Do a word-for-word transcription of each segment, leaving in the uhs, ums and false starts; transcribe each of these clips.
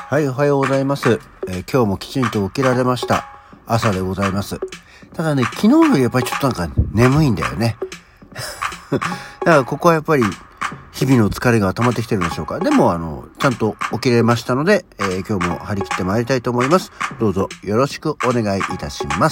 はい、おはようございます、えー、今日もきちんと起きられました。朝でございます。ただね、昨日よりやっぱりちょっとなんか眠いんだよね。だからここはやっぱり日々の疲れが溜まってきてるんでしょうか。でもあのちゃんと起きれましたので、えー、今日も張り切ってまいりたいと思います。どうぞよろしくお願いいたします。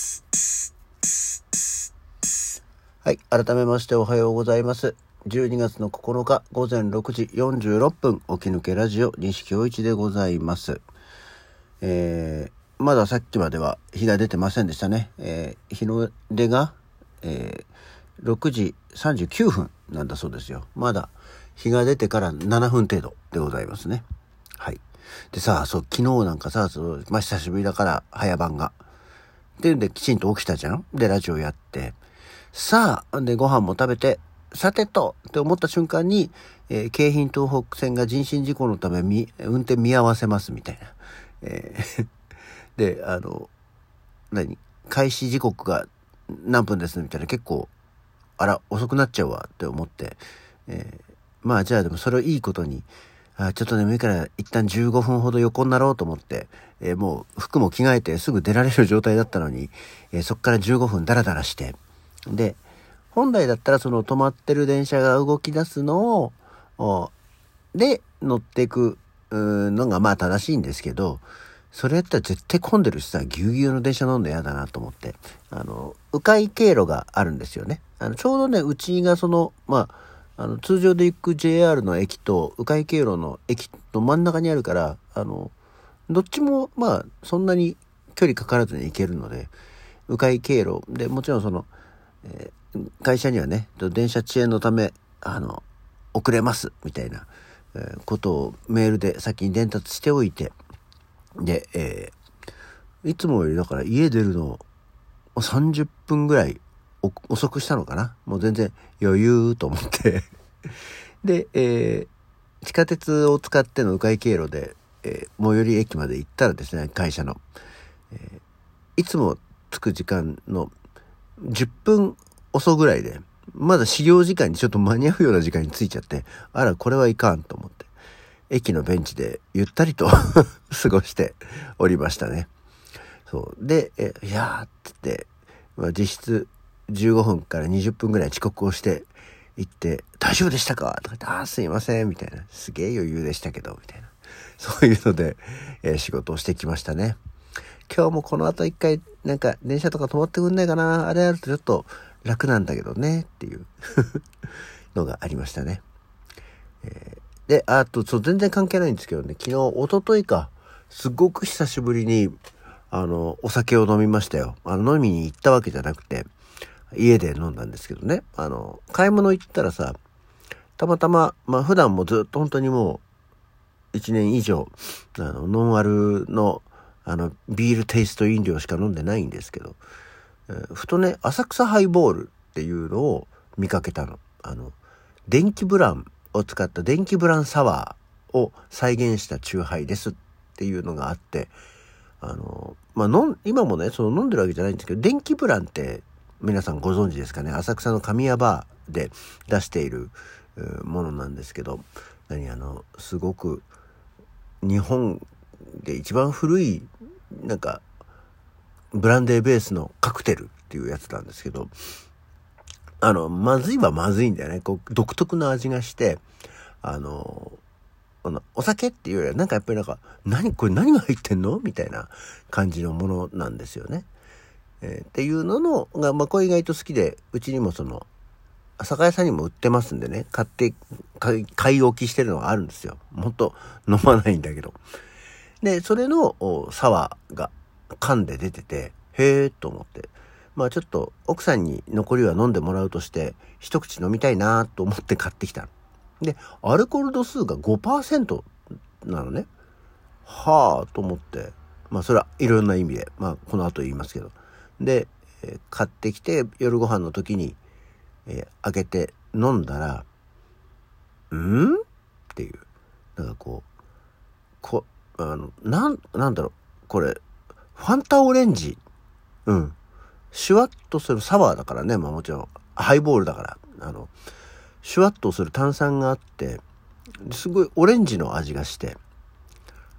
はい、改めましておはようございます。じゅうにがつのここのか午前ろくじよんじゅうろっぷん、起き抜けラジオ西京一でございます。えー、まださっきまでは日が出てませんでしたね。えー、日の出が、えー、ろくじさんじゅうきゅうふんなんだそうですよ。まだ日が出てからななふん程度でございますね。はい。でさ、そう昨日なんかさ、そうまあ久しぶりだから早番がでできちんと起きたじゃん。でラジオやって、さあでご飯も食べて、さてとって思った瞬間に、えー、京浜東北線が人身事故のためみ運転見合わせますみたいな、えー、であの何開始時刻が何分ですみたいな、結構あら遅くなっちゃうわって思って、えー、まあじゃあでもそれをいいことに、あちょっと眠いから一旦じゅうごふんほど横になろうと思って、えー、もう服も着替えてすぐ出られる状態だったのに、えー、そっからじゅうごふんダラダラして、で本来だったらその止まってる電車が動き出すのをで乗っていくのがまあ正しいんですけど、それやったら絶対混んでるしさ、ぎゅうぎゅうの電車乗んの嫌だなと思って、あの迂回経路があるんですよね。あのちょうどね、うちがそのまああの通常で行く ジェイアール の駅と迂回経路の駅の真ん中にあるから、あのどっちもまあそんなに距離かからずに行けるので、迂回経路でもちろんその、えー会社にはね、電車遅延のためあの遅れますみたいな、えー、ことをメールで先に伝達しておいて、で、えー、いつもよりだから家出るのさんじゅっぷんぐらい遅くしたのかな。もう全然余裕と思ってで、えー、地下鉄を使っての迂回経路で、えー、最寄り駅まで行ったらですね、会社の、えー、いつも着く時間のじゅっぷん遅ぐらいで、まだ始業時間にちょっと間に合うような時間に着いちゃって、あらこれはいかんと思って駅のベンチでゆったりと過ごしておりましたね。そうで、えいやーって言って、まあ、実質じゅうごふんからにじゅっぷんぐらい遅刻をして行って、大丈夫でしたかとか言って、あーすいませんみたいな、すげえ余裕でしたけどみたいな、そういうので、えー、仕事をしてきましたね。今日もこの後一回なんか電車とか止まってくんないかな、あれあるとちょっと楽なんだけどねっていうのがありましたね。えー、で、あとそう全然関係ないんですけどね、昨日一昨日か、すごく久しぶりにあのお酒を飲みましたよ。あの飲みに行ったわけじゃなくて家で飲んだんですけどね。あの買い物行ったらさ、たまたままあ普段もずっと本当にもういちねん以上あのノンアルのあのビールテイスト飲料しか飲んでないんですけど、えー、ふとね、浅草ハイボールっていうのを見かけたの。あの電気ブランを使った電気ブランサワーを再現したチューハイですっていうのがあって、あのまあ飲ん今もねその飲んでるわけじゃないんですけど、電気ブランって皆さんご存知ですかね。浅草の神谷バーで出しているものなんですけど、何あのすごく日本で一番古いなんかブランデーベースのカクテルっていうやつなんですけど、あのまずいはまずいんだよね。こう独特な味がして、あのあのお酒っていうよりはなんかやっぱりなんか何これ何が入ってんのみたいな感じのものなんですよね。えー、っていうののが、まあ、これ意外と好きで、うちにもその酒屋さんにも売ってますんでね、買って買い、買い置きしてるのがあるんですよ。もっと飲まないんだけど。でそれのサワーが缶で出てて、へーと思って、まあちょっと奥さんに残りは飲んでもらうとして一口飲みたいなと思って買ってきたの。でアルコール度数が ごパーセント なのね。はあと思って、まあそれはいろんな意味で、まあこの後言いますけど、で、えー、買ってきて夜ご飯の時に、えー、開けて飲んだら、んっていう、なんかこうこあのなんなんだろうこれ、ファンタオレンジ、うんシュワッとするサワーだからね、まあもちろんハイボールだから、あのシュワッとする炭酸があって、すごいオレンジの味がして、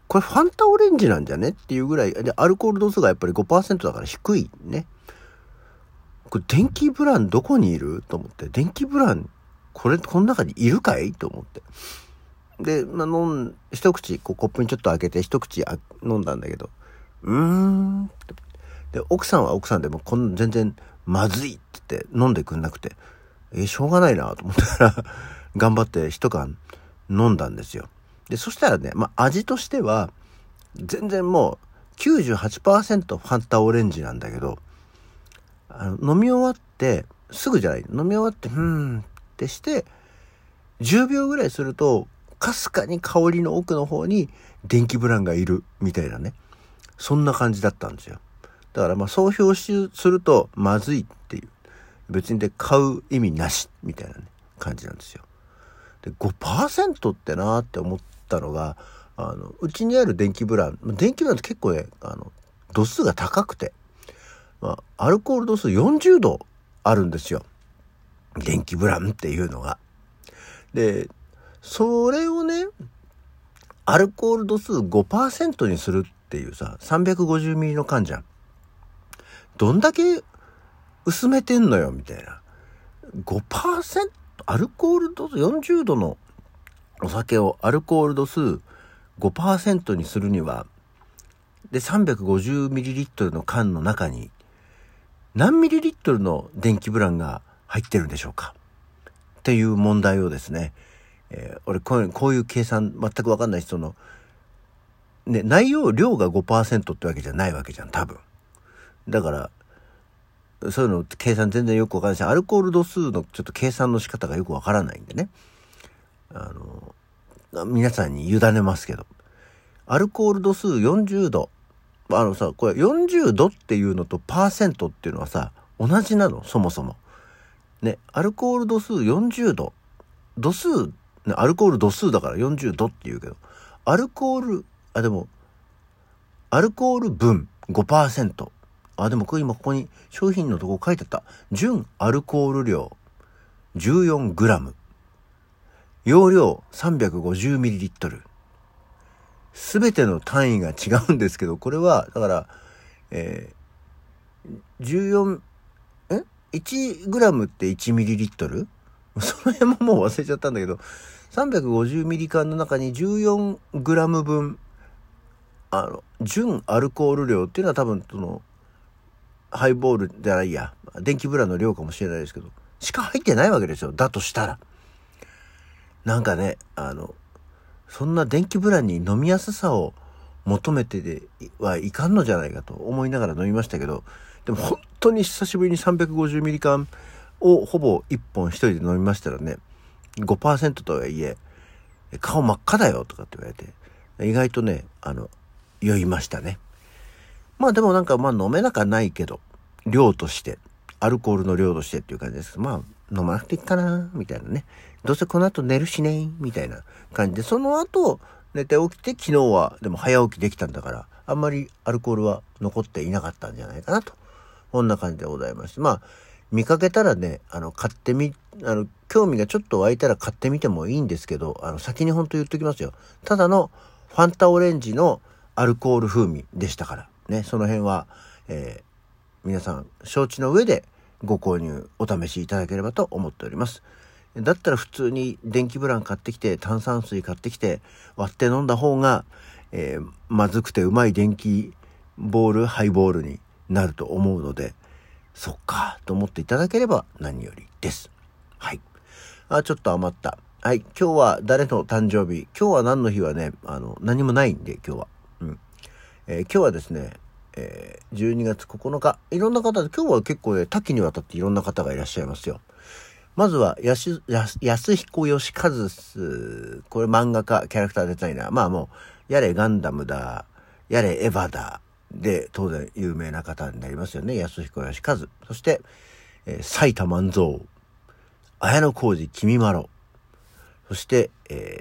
これファンタオレンジなんじゃねっていうぐらいで、アルコール度数がやっぱり ごパーセント だから低いね。これ電気ブランどこにいると思って、電気ブランこれこの中にいるかいと思って、で、まあ、飲ん一口こうコップにちょっと開けて一口あ飲んだんだけど、うーんで奥さんは奥さんでもこん全然まずいって言って飲んでくんなくて、えしょうがないなと思ったら頑張って一缶飲んだんですよ。でそしたらね、まあ、味としては全然もう きゅうじゅうはちパーセント ファンタオレンジなんだけど、あの飲み終わってすぐじゃない、飲み終わってふーんってしてじゅうびょうぐらいするとかすかに香りの奥の方に電気ブランがいるみたいなね、そんな感じだったんですよ。だからまあ総評するとまずいっていう、別にで買う意味なしみたいなね感じなんですよ。で ごパーセント ってなーって思ったのが、あのうちにある電気ブラン、電気ブランって結構ね、あの度数が高くて、まあ、アルコール度数よんじゅうどあるんですよ、電気ブランっていうのが。でそれをね、アルコール度数 ごパーセント にするっていうさ、 さんびゃくごじゅうミリリットル の缶じゃん。どんだけ薄めてんのよみたいな。 ごパーセント アルコール度数よんじゅうどのお酒をアルコール度数 ごパーセント にするには、で さんびゃくごじゅうミリリットル の缶の中に何ミリリットルの電気ブランが入ってるんでしょうかっていう問題をですね、えー、俺こういう、こういう計算全く分かんない人のね、内容量が ごパーセント ってわけじゃないわけじゃん多分。だからそういうの計算全然よく分からないし、アルコール度数のちょっと計算の仕方がよく分からないんでね、あの皆さんに委ねますけど、アルコール度数よんじゅうど、あのさ、これよんじゅうどっていうのとパーセントっていうのはさ同じなのそもそもね。アルコール度数よんじゅうど、度数、ね、アルコール度数だからよんじゅうどって言うけど、アルコールあでもアルコール分 ごパーセント、 あでもこれ今ここに商品のとこ書いてあった。純アルコール量 じゅうよんグラム、 容量 さんびゃくごじゅうミリリットル、 すべての単位が違うんですけど、これはだから、えー、じゅうよんえいちグラムっていちミリリットル、その辺ももう忘れちゃったんだけど、さんびゃくごじゅうミリ缶の中にじゅうよんグラム分、あの純アルコール量っていうのは多分そのハイボールじゃないや電気ブランの量かもしれないですけど、しか入ってないわけですよ。だとしたらなんかね、あのそんな電気ブランに飲みやすさを求めてではいかんのじゃないかと思いながら飲みましたけど、でも本当に久しぶりに さんびゃくごじゅうミリリットル 缶をほぼいっぽん一人で飲みましたらね、 ごパーセント とはいえ顔真っ赤だよとかって言われて、意外とねあの酔いましたね。まあでもなんかまあ飲めなくはないけど、量としてアルコールの量としてっていう感じです。まあ飲まなくていいかなみたいなね、どうせこの後寝るしねみたいな感じで、その後寝て起きて、昨日はでも早起きできたんだからあんまりアルコールは残っていなかったんじゃないかなと、こんな感じでございます。まあ見かけたらね、あの買ってみあの興味がちょっと湧いたら買ってみてもいいんですけど、あの先に本当言っときますよ、ただのファンタオレンジのアルコール風味でしたからね、その辺は、えー、皆さん承知の上でご購入お試しいただければと思っております。だったら普通に電気ブラン買ってきて、炭酸水買ってきて割って飲んだ方が、えー、まずくてうまい電気ボールハイボールになると思うので、そっかと思っていただければ何よりです。はい。あ、ちょっと余った。はい。今日は誰の誕生日？今日は何の日はね、あの何もないんで今日は。うん。えー、今日はですね、えー、じゅうにがつここのか、いろんな方で、今日は結構ね多岐にわたっていろんな方がいらっしゃいますよ。まずはやしや安彦義和、これ漫画家、キャラクターデザイナー、まあもうやれガンダムだ、やれエヴァだで当然有名な方になりますよね、安彦義和。そして、えー、埼玉万蔵、綾小路きみまろ、そして、え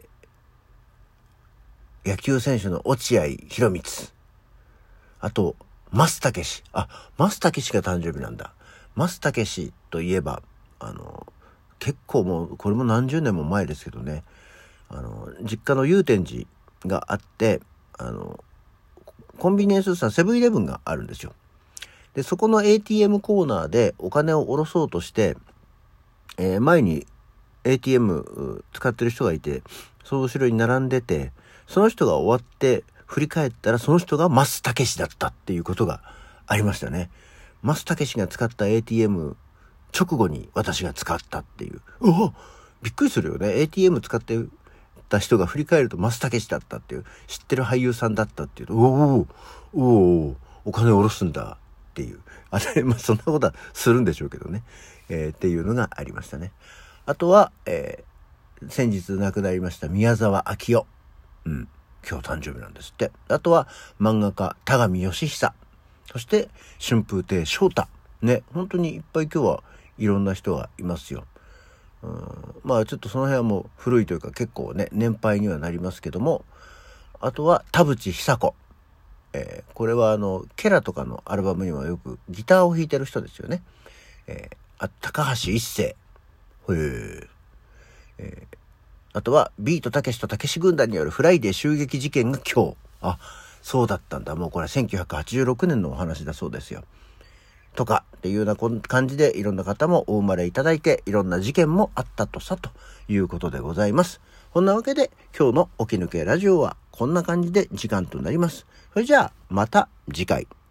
ー、野球選手の落合博満、あと増武氏、あ増武氏が誕生日なんだ。増武氏といえばあの結構もうこれも何十年も前ですけどね、あの実家の祐天寺があって、 あの、コンビニエンスストアセブンイレブンがあるんですよ。で、そこの エーティーエム コーナーでお金を下ろそうとして、えー、前に エーティーエム 使ってる人がいて、その後ろに並んでて、その人が終わって振り返ったらその人が増武史だったっていうことがありましたね。増武史が使った エーティーエム 直後に私が使ったっていう。うわ、びっくりするよね。エーティーエム 使ってた人が振り返ると増武史だったっていう、知ってる俳優さんだったっていうと、おおおおお金を下ろすんだっていう。あれ、まあそんなことはするんでしょうけどね。えー、っていうのがありましたね。あとは、えー、先日亡くなりました宮沢明夫。うん。今日誕生日なんですって。あとは漫画家田上義久。そして春風亭昇太。ね、本当にいっぱい今日はいろんな人がいますよ。うん、まあちょっとその辺はもう古いというか結構ね、年配にはなりますけども、あとは田淵久子。えー、これはあの、ケラとかのアルバムにはよくギターを弾いてる人ですよね。えー、あ、高橋一生。へー。えーあとは、ビートたけしとたけし軍団によるフライデー襲撃事件が今日。あ、そうだったんだ。もうこれせんきゅうひゃくはちじゅうろくねんのお話だそうですよ。とか、っていうような感じでいろんな方もお生まれいただいて、いろんな事件もあったとさ、ということでございます。こんなわけで、今日の起き抜けラジオはこんな感じで時間となります。それじゃあ、また次回。